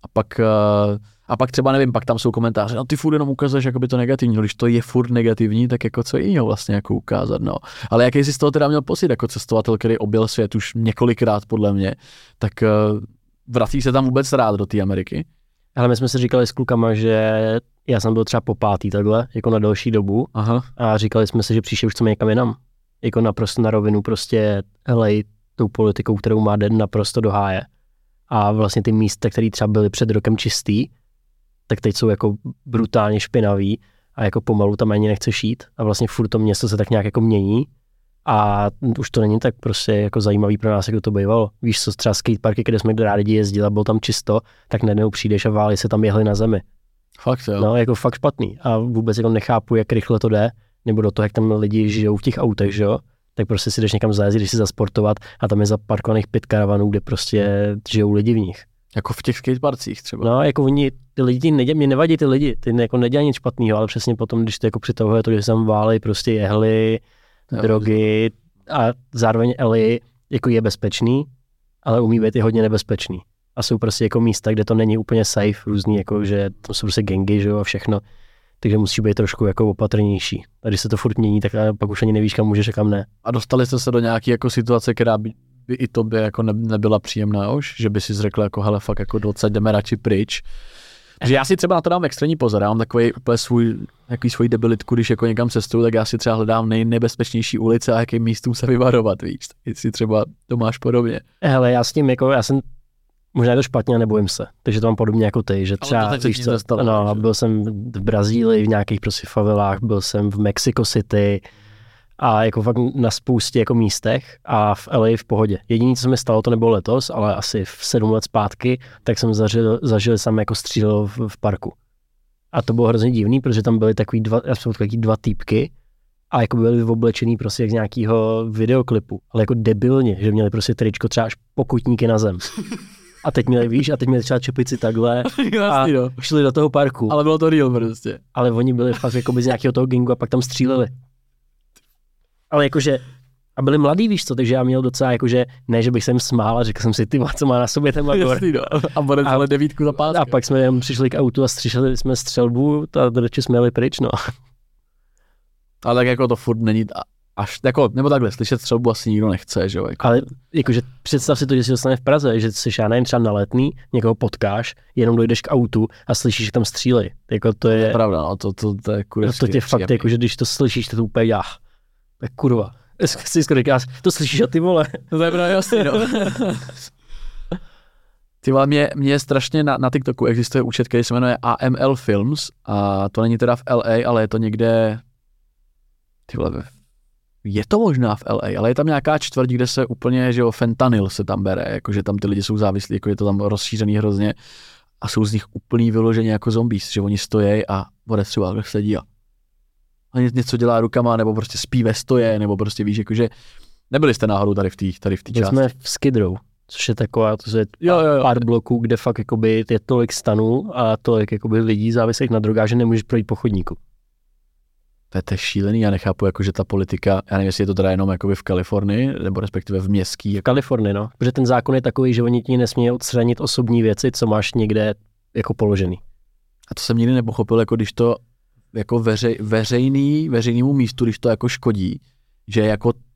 a pak třeba nevím, pak tam jsou komentáře, no ty furt jenom ukazuješ jakoby to negativní, no, když to je furt negativní, tak jako co jiného vlastně jako ukázat, no. Ale jaký jsi z toho teda měl pocit jako cestovatel, který objel svět už několikrát podle mě, tak vrací se tam vůbec rád do té Ameriky? Ale my jsme si říkali s klukama, že já jsem byl třeba po pátý takhle, jako na další dobu. A říkali jsme si, že příště už chceme někam jinam. Jako naprosto na rovinu prostě LA tou politikou, kterou má den naprosto do háje. A vlastně ty místa, které třeba byly před rokem čistý, tak teď jsou jako brutálně špinavý a jako pomalu tam ani nechceš jít a vlastně furt to město se tak nějak jako mění a už to není tak prostě jako zajímavý pro nás, jak to bývalo. Víš co, třeba skateparky, kde jsme rádi jezdili a bylo tam čisto, tak najednou přijdeš a válí se tam jehly na zemi. Fakt jo. No, jako fakt špatný a vůbec jako nechápu, jak rychle to jde, nebo do toho, jak tam lidi žijou v těch autech, že jo? Tak prostě si jdeš někam zajezdit, jdeš si zasportovat a tam je zaparkovaných 5 karavanů, kde prostě žijou lidi v nich. Jako v těch skateparcích třeba. No, jako oni, ty lidi, mě nevadí ty lidi, ty jako nedělají nic špatného, ale přesně potom, když to jako přitahuje to, že se tam válej prostě jehly, drogy a zároveň LA jako je bezpečný, ale umí být i hodně nebezpečný. A jsou prostě jako místa, kde to není úplně safe, různý, jako že tam jsou prostě gangy, že jo, a všechno. Takže musíš být trošku jako opatrnější. A když se to furt mění, tak pak už ani nevíš, kam můžeš a kam ne. A dostali jste se do nějaké jako situace, která by i tobě jako nebyla příjemná už, že by si řekl jako hele fakt jako docať jdeme radši pryč. Že já si třeba na to dám extrémní pozor, já mám takový úplně svůj debilitku, když jako někam cestuju, tak já si třeba hledám nejnebezpečnější ulice a jakým místům se vyvarovat, víš, jestli třeba to máš podobně. Hele, já jsem možná je to špatně a nebojím se, takže to mám podobně jako ty, že třeba, víš co, no, byl jsem v Brazílii v nějakých prostě favelách, byl jsem v Mexico City a jako fakt na spoustě jako místech a v LA v pohodě. Jediné, co se mi stalo, to nebylo letos, ale asi v 7 let zpátky, tak jsem zažil jsem jako střílel v parku. A to bylo hrozně divný, protože tam byly takový dva týpky a jako byli oblečený prostě jak z nějakého videoklipu, ale jako debilně, že měli prostě tričko třeba až pokutníky na zem. A teď měli třeba čepici takhle a šli do toho parku. Ale bylo to real prostě. Ale oni byli fakt jako z nějakého toho gangu a pak tam stříleli. Ale jakože, a byli mladí, víš co, takže já měl docela jakože, ne, že bych se jim smál a řekl jsem si, ty co má na sobě ten Magor. A bude celé 9 za páskem. A pak jsme jenom přišli k autu a střišeli jsme střelbu a radši jsme jeli pryč, no. Ale tak jako to furt není až, jako, nebo takhle, slyšet střelbu asi nikdo nechce, že jo. Jako. Ale jakože představ si to, že si dostane v Praze, že jsi já nevím, třeba na Letný, někoho potkáš, jenom dojdeš k autu a slyšíš, že tam střílej. Jako to je pravda, no, to je kurevský. No to tě fakt, jakože když to slyšíš, to úplně já. To je kurva. Si skoro říkáš, to slyšíš a ty vole. To je právě jasný, no. Ty vole, mě strašně na TikToku existuje účet, který se jmenuje AML Films a to není teda v LA, ale je to někde, ty vole, je to možná v LA, ale je tam nějaká čtvrť, kde se úplně, že jo, fentanyl se tam bere, jakože tam ty lidi jsou závislí, jako je to tam rozšířený hrozně a jsou z nich úplný vyloženě jako zombies, že oni stojí a odestřeba sedí a něco dělá rukama, nebo prostě spí ve stoje, nebo prostě víš, jakože nebyli jste náhodou tady v té části. Jsme v Skid Row, což je taková, to je pár bloků, kde fakt jakoby je tolik stanů a tolik jakoby lidí závislých na drogách, že nemůžeš projít po chodníku. To je šílený, já nechápu, jakože ta politika, já nevím, jestli je to teda jenom jakoby v Kalifornii, nebo respektive v městský. V Kalifornii, no, protože ten zákon je takový, že oni ti nesmějí odstranit osobní věci, co máš někde jako položený. A to jsem nikdy nepochopil, jako když to jako veřejnému místu, když to jako škodí, že jako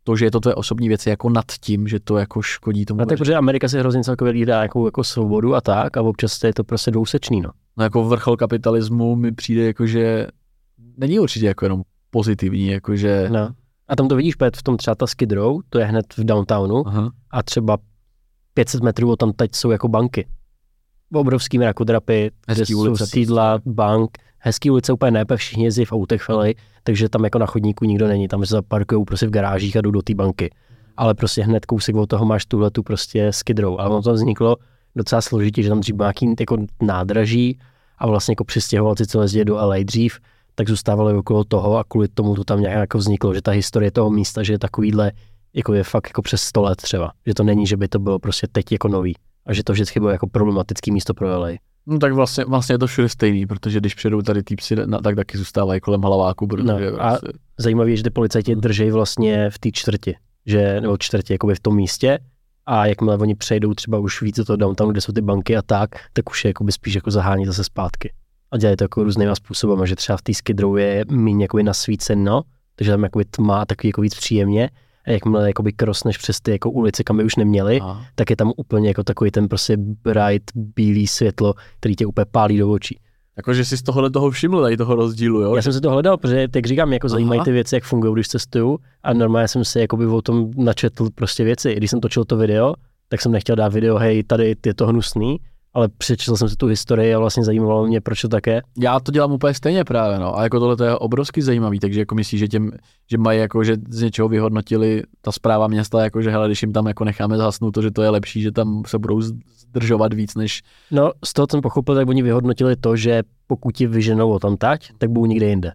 to, že je to tvoje osobní věc, je jako nad tím, že to jako škodí tomu. No tak protože Amerika si hrozně celkově lídá jako svobodu a tak a občas je to prostě dvousečný, no. No jako vrchol kapitalismu mi přijde jako, že není určitě jako jenom pozitivní, jakože... No. A tam to vidíš, v tom třeba ta Skid Row, to je hned v downtownu. Aha. A třeba 500 metrů od tam teď jsou jako banky. Obrovský mrakodrapy, kde jsou sídla, bank, hezký ulice úplně ne, všichni jezdí v autech v LA, takže tam jako na chodníku nikdo není, tam se zaparkujou prostě v garážích a jdou do té banky. Ale prostě hned kousek od toho máš tuhletu prostě Skid Row. Ale ono to vzniklo docela složitě, že tam dřív nějaký jako nádraží a vlastně jako přistěhovalci, co jezdí do LA dřív, tak zůstávali okolo toho a kvůli tomu to tam nějak jako vzniklo, že ta historie toho místa, že je takovýhle, jako je fakt jako přes 100 let třeba, že to není, že by to bylo prostě teď jako nový a že to vždycky bylo jako problematický místo pro LA. No tak vlastně je to všude stejný, protože když přijedou tady týpci, tak taky zůstávají kolem hlaváku, protože... No, a zajímavé je, že ty policajti drží vlastně v té čtvrti, nebo čtvrti jakoby v tom místě a jakmile oni přejdou třeba už víc do toho downtownu, kde jsou ty banky a tak už je jakoby spíš jako zahání zase zpátky. A dělají to jako různýma způsobem, že třeba v té Skid Row je méně jakoby nasvíceno, takže tam jakoby tma takový jako víc příjemně a jakmile jakoby krosneš přes ty jako ulici, kam by už neměli, tak je tam úplně jako takový ten prostě bright, bílý světlo, který tě úplně pálí do očí. Jakože jsi z toho všiml, tady toho rozdílu, jo? Já jsem si to hledal, protože jak říkám, jako zajímají ty věci, jak fungují, když cestuju a normálně jsem si jakoby o tom načetl prostě věci. Když jsem točil to video, tak jsem nechtěl dát video, hej, tady je to hnusný, ale přečetl jsem si tu historii a vlastně zajímalo mě, proč to tak je. Já to dělám úplně stejně právě, no. A jako tohle to je obrovsky zajímavý, takže jako myslíš, že mají jako, že z něčeho vyhodnotili ta správa města, jako že hele, když jim tam jako necháme zhasnout to, že to je lepší, že tam se budou zdržovat víc než... No, z toho jsem pochopil, tak oni vyhodnotili to, že pokud ti vyženou o tam tať, tak budou nikde jinde.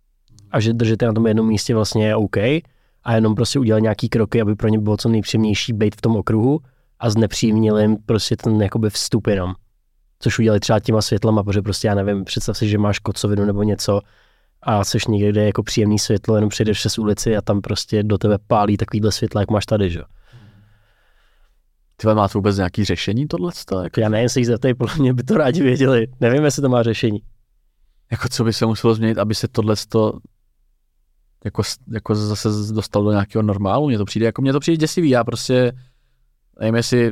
A že držet je na tom jednom místě vlastně je OK a jenom prostě udělat nějaký kroky, aby pro ně bylo co nejpříjemnější být v tom okruhu a znepříjemnil jim prostě ten jakoby vstup jenom. Což udělali třeba těma světlama, protože prostě já nevím, představ si, že máš kocovinu nebo něco a seš někde, kde je jako příjemný světlo, jenom přejdeš přes ulici a tam prostě do tebe pálí takovýhle světla, jak máš tady, že? Ty má to vůbec nějaký řešení tohleto? Jako... Já nevím, se jich zeptej, podle mě by to rádi věděli. Nevím, jestli to má řešení. Jako co by se muselo změnit, aby se tohleto jako zase dostalo do nějakého normálu? Mně to přijde děsivý, já prostě nevím, jestli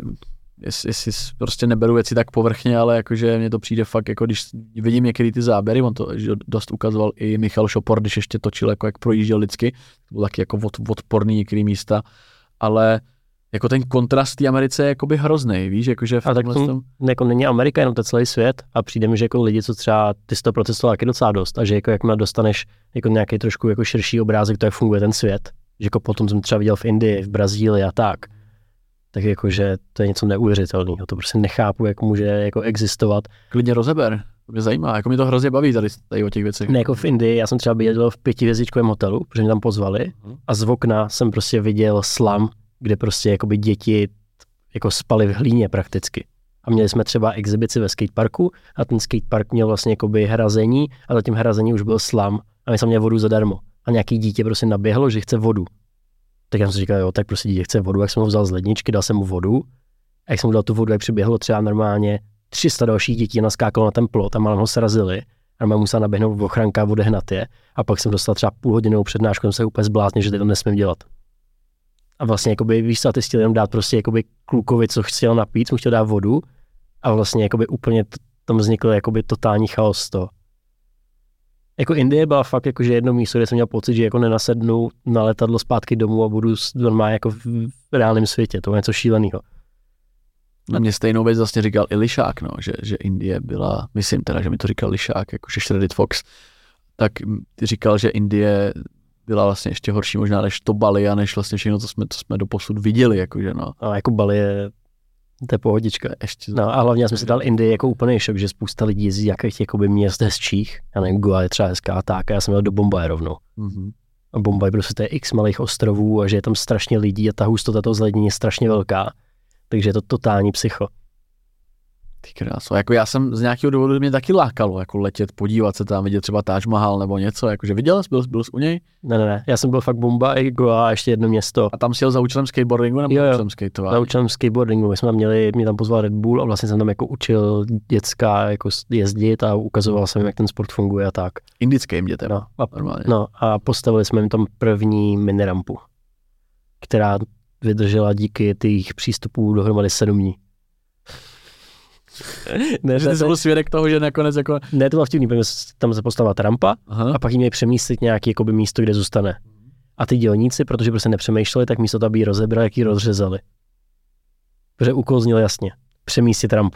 prostě neberu věci tak povrchně, ale jakože mně to přijde fakt, jako když vidím některé ty záběry, on to dost ukazoval i Michal Šopor, když ještě točil, jako jak projížděl lidsky, to bylo taky jako odporný některé místa, ale jako ten kontrast té Americe je jakoby hrozný, víš, jakože... A tak to jako není Amerika, jenom to celý svět a přijde mi, že jako lidi, co třeba ty jsi to procesoval taky docela dost a že jako jakmile dostaneš jako nějaký trošku jako širší obrázek, to jak funguje ten svět, že jako potom jsem třeba viděl v Indii, v Brazílii a tak jakože to je něco neuvěřitelného, to prostě nechápu, jak může jako existovat. Klidně rozeber, to mě zajímá, jako mě to hrozně baví tady o těch věcech. Ne, jako v Indii, já jsem třeba viděl v 5hvězdičkovém hotelu, protože mě tam pozvali a z okna jsem prostě viděl slum, kde prostě jakoby děti jako spaly v hlíně prakticky. A měli jsme třeba exibici ve skateparku a ten skatepark měl vlastně jakoby hrazení a za tím hrazení už byl slum a my jsme měli vodu zadarmo. A nějaký dítě prostě naběhlo, že chce vodu. Tak já jsem si říkal, jo, tak prostě dítě chce vodu, jak jsem ho vzal z ledničky, dal jsem mu vodu. A jak jsem mu dal tu vodu, jak přiběhlo třeba normálně 300 dalších dětí naskákalo na ten plot a málem ho srazili. A mám musel naběhnout v ochranka a odehnat je. A pak jsem dostal třeba půlhodinovou přednášku, jsem se úplně zbláznil, že to nesmím dělat. A vlastně jakoby, víš co, ty chtěl jenom dát prostě jakoby klukovi, co chtěl napít, mu chtěl dát vodu. A vlastně jakoby úplně tam vznikl jakoby totální chaos z toho. Jako Indie byla fakt jakože jedno místo, kde jsem měl pocit, že jako nenasednu na letadlo zpátky domů a budu normálně jako v reálném světě, to je něco šíleného. Na mě stejnou věc vlastně říkal i Lišák, no, že Indie byla, myslím teda, že mi to říkal Lišák, jakože Shredded Fox, tak ty říkal, že Indie byla vlastně ještě horší možná než to Bali a než vlastně všechno, co jsme doposud viděli, jakože no. A jako Bali je to je pohodička. Ještě. No a hlavně já jsem si dal Indii jako úplný šok, že spousta lidí jezdí jakých jakoby měst hezčích. Já nevím, Goa je třeba hezká a tak, a já jsem jel do Bombaje rovnou. Mm-hmm. A Bombaj prostě to je x malých ostrovů a že je tam strašně lidí a ta hustota toho zlednění je strašně velká. Takže je to totální psycho. Ty kráso, jako já jsem z nějakého důvodu mě taky lákalo, jako letět, podívat se tam, vidět třeba Taj Mahal nebo něco, jakože viděl jsi, byl jsi u něj? Ne, já jsem byl fakt Bombaj, Goa a ještě jedno město. A tam jsi jel za účelem skateboardingu nebo jo, účelem skateování? Za účelem skateboardingu, my jsme tam mě tam pozval Red Bull a vlastně jsem tam jako učil děcka jako jezdit a ukazoval jsem jim, jak ten sport funguje a tak. Indickým dětem, no, normálně. No a postavili jsme jim tam první minirampu. která vydržela díky těch přístupů dohromady 7 dní. Ne, že ty jsi byl svědek toho, že nakonec jako... Ne, to bylo vtipný, protože tam se postavila trampa a pak jí měli přemístit nějaké jakoby místo, kde zůstane. A ty dělníci, protože prostě nepřemýšleli, tak místo toho, aby ji rozebrali, jak ji rozřezali. Protože úkol zněl jasně. Přemístit trampu.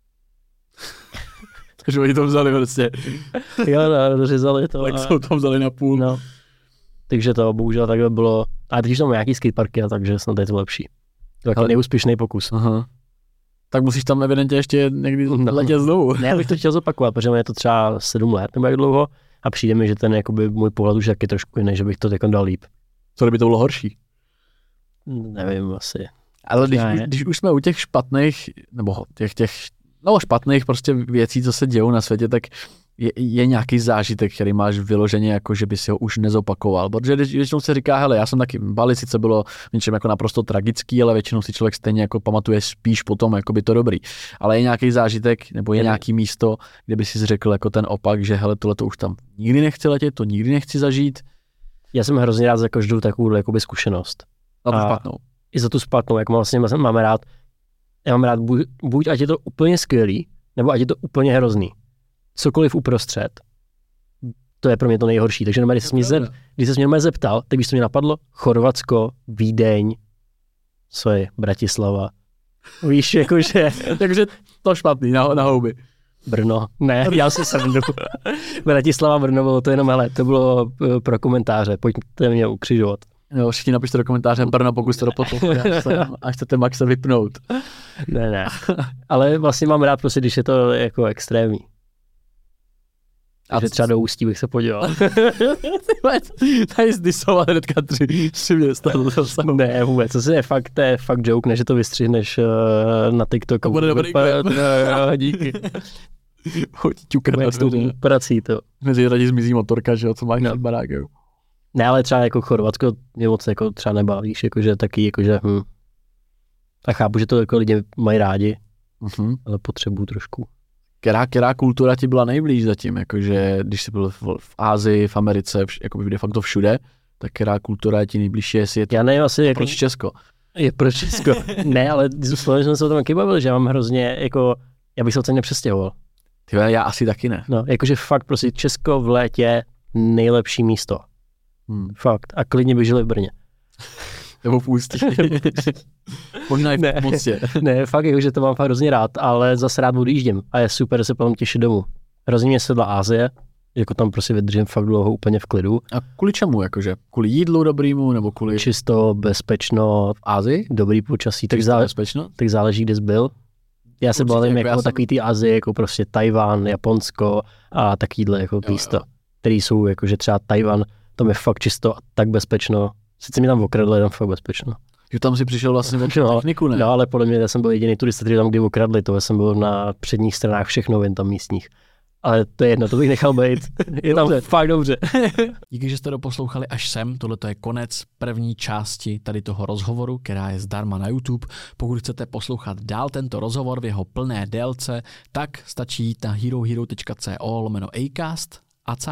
Takže oni to vzali prostě. Jo, rozřezali to. Tak jsou to vzali na půl. No. Takže to bohužel takhle bylo. A teď už tam nějaký skateparky, takže snad je to lepší. To je taky neúspěšný pokus. Aha. Tak musíš tam evidentně ještě někdy letět znovu. Ne, já bych to chtěl zopakovat, protože je to třeba 7 let nebo jak dlouho a přijde mi, že ten jakoby můj pohled už taky trošku jiný, že bych to jako dal líp. Co kdyby to bylo horší? Nevím, asi. Ale když už jsme u těch špatných, nebo těch špatných prostě věcí, co se dějou na světě, tak je nějaký zážitek, který máš vyloženě, jako že by si ho už nezopakoval. Protože většinou se říká, hele, já jsem taky, Bali sice bylo něčem jako naprosto tragický, ale většinou si člověk stejně jako pamatuje spíš potom, jako by to dobrý. Ale je nějaký zážitek, nebo je nějaký místo, kde by si řekl jako ten opak, že hele, tohle to už tam nikdy nechci letět, to nikdy nechci zažít. Já jsem hrozně rád za každou takovou jakoby zkušenost. Za tu špatnou. I za tu špatnou, jak vlastně máme rád. Já mám rád buď ať je to úplně skvělý, nebo ať je to úplně hrozný. Cokoliv uprostřed, to je pro mě to nejhorší. Takže když se mě zeptal, tak když to mě napadlo, Chorvatsko, Vídeň, co je, Bratislava. Víš, jakože... Takže to špatný, na houby. Brno, ne, já se srandu. Bratislava, Brno bylo to jenom, hele, to bylo pro komentáře, pojďte mě ukřižovat. Jo, všichni napište do komentáře Brno, pokud jste to až chcete Maxe vypnout. Ne, ale vlastně mám rád prostě, když je to jako extrémní. Takže třeba do Ústí bych se podíval. Tady zdisovat hnedka 3 města. Ne, vůbec, to je fakt joke, než to vystřihneš na TikToku. To bude dobrý klip. Díky. Ťukrát s tou prací to. Mezi radí zmizí motorka, že jo, co máš nad barákem. Ne, ale třeba jako Chorvatsko mě moc jako třeba nebavíš, jakože taky, jakože A chápu, že to jako lidi mají rádi, ale potřebuju trošku. Která kultura ti byla nejblíž zatím, jakože když jsi byl v Ázii, v Americe, jakoby de facto všude, tak která kultura je ti nejbližší, jestli je to... Já nevím asi... Proč Česko? Je proč Česko? Ne, ale jsme se o tom taky bavili, že já mám hrozně, jako, já bych se ocení nepřestěhoval. Tyhle, já asi taky ne. No, jakože fakt prostě Česko v létě nejlepší místo. Fakt. A klidně bych žil v Brně. Nebo v Ústí. Možná i v Mostě. Ne, fakt jakože to mám fakt hrozně rád, ale zase rád odjíždím a je super se potom těšit domů. Hrozně mě sedla Asie, jako tam prostě vydržím fakt dlouho úplně v klidu. A kvůli čemu, jakože? Kvůli jídlu dobrýmu, nebo kvůli... Čisto, bezpečno, v Asii, dobrý počasí, tak záleží, kde jsi byl. Já se bavím jako takový ty Asie, jako prostě Tajván, Japonsko a takovýhle jako místa, který jsou jakože třeba Tajvan, tam je fakt čisto a tak bezpečno. Sice mi tam okradli, tam fakt bezpečno. Jo, tam si přišel vlastně od techniku, ne? No, ale podle mě já jsem byl jediný turista, který tam kdy okradli, to jsem byl na předních stranách všech novin tam místních. Ale to je jedno, to bych nechal být. Je tam fakt dobře. Díky, že jste doposlouchali až sem. Tohle je konec první části tady toho rozhovoru, která je zdarma na YouTube. Pokud chcete poslouchat dál tento rozhovor v jeho plné délce, tak stačí jít na herohero.co/acast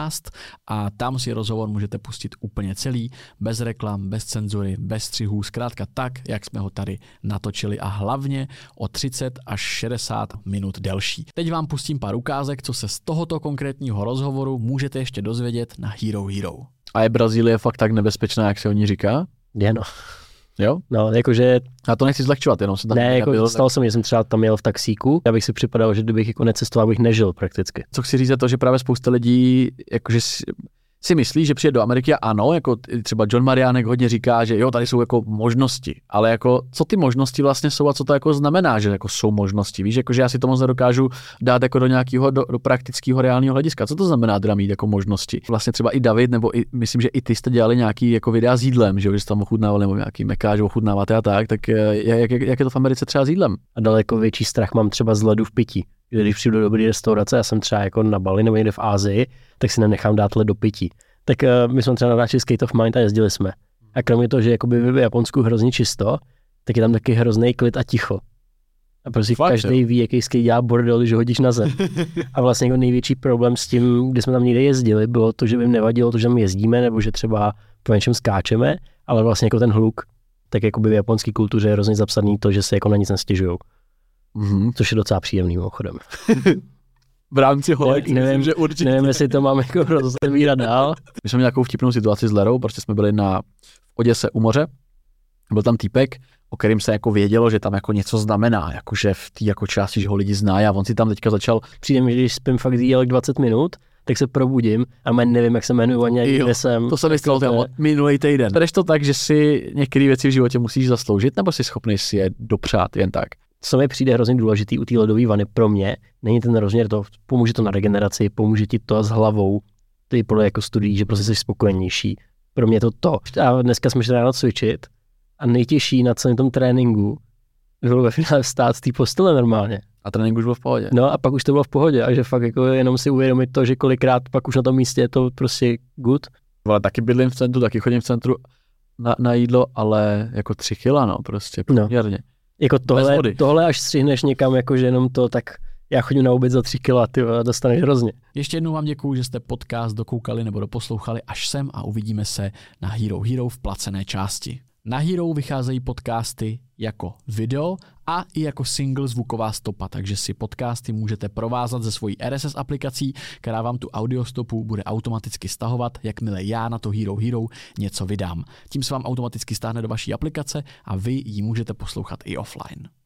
a tam si rozhovor můžete pustit úplně celý, bez reklam, bez cenzury, bez střihů, zkrátka tak, jak jsme ho tady natočili a hlavně o 30 až 60 minut delší. Teď vám pustím pár ukázek, co se z tohoto konkrétního rozhovoru můžete ještě dozvědět na Hero Hero. A je Brazílie fakt tak nebezpečná, jak se o ní říká? Je no. Jo? No, jakože... Já to nechci zlehčovat, jenom se tam ne, jako stalo se mi, že jsem třeba tam jel v taxíku, já bych si připadal, že kdybych jako necestoval, bych nežil prakticky. Co chci říct je to, že právě spousta lidí jakože si myslí, že přijde do Ameriky a ano, jako třeba John Mariánek hodně říká, že jo, tady jsou jako možnosti, ale jako co ty možnosti vlastně jsou a co to jako znamená, že jako jsou možnosti, víš, jakože já si to moc nedokážu dát jako do nějakého do praktického reálného hlediska. Co to znamená teda mít jako možnosti? Vlastně třeba i David, nebo i, myslím, že i ty jste dělali nějaký jako videa s jídlem, že jste tam ochutnávali, nebo nějaký mekáč ochutnáváte a tak jak je to v Americe třeba s jídlem? A daleko větší strach mám třeba z ledu v pití. Když přijdu do dobré restaurace, já jsem třeba jako na Bali nebo někde v Asii, tak si nenechám dát led do pití. Tak my jsme třeba natáčeli Skate of Mind a jezdili jsme. A kromě toho, že jakoby v Japonsku hrozně čisto, tak je tam taky hrozný klid a ticho. A prostě každý ví, jaký skate dělá bordel, když ho hodíš na zem. A vlastně jako největší problém s tím, když jsme tam někde jezdili, bylo to, že by jim nevadilo to, že tam jezdíme, nebo že třeba po něčem skáčeme, ale vlastně jako ten hluk. tak jakoby v japonské kultuře je hrozně zapsaný to, že se jako na nic nestěžujou. Což je docela příjemný mimochodem. V rámci hory, nevím, že určitě. Nevím, jestli to mám jako rozebírat dál. My jsme měli takovou vtipnou situaci s Lerou, prostě jsme byli v Oděse u moře. Byl tam týpek, o kterým se jako vědělo, že tam jako něco znamená, jakože v té jako části, že ho lidi znají, a on si tam teďka začal. Přijde mi, že když spím fakt dílek 20 minut, tak se probudím a nevím, jak se jmenuji ani kde jsem. To se mi stalo minulý týden. Bereš to tak, že si některé věci v životě musíš zasloužit, nebo jsi schopný si je dopřát jen tak? Co mi přijde hrozně důležitý u té ledové vany pro mě, není ten rozměr to, pomůže to na regeneraci, pomůže ti to s hlavou, ty podle jako studií, že prostě jsi spokojenější. Pro mě je to to. A dneska jsme šli ráno cvičit a nejtěžší na celém tom tréninku bylo ve finále vstát z té postele normálně. A trénink už byl v pohodě. No a pak už to bylo v pohodě a že fakt jako jenom si uvědomit to, že kolikrát pak už na tom místě je to prostě good. Ale taky bydlím v centru, taky chodím v centru na jídlo, ale jako 3 kila, no prostě poměrně. No. Jako tohle až střihneš někam, jakože jenom to, tak já chodím na oběd za 3 kila, ty a dostaneš hrozně. Ještě jednou vám děkuju, že jste podcast dokoukali nebo doposlouchali až sem a uvidíme se na Hero Hero v placené části. Na Hero vycházejí podcasty jako video a i jako single zvuková stopa, takže si podcasty můžete provázat ze svojí RSS aplikací, která vám tu audiostopu bude automaticky stahovat, jakmile já na to Hero Hero něco vydám. Tím se vám automaticky stáhne do vaší aplikace a vy ji můžete poslouchat i offline.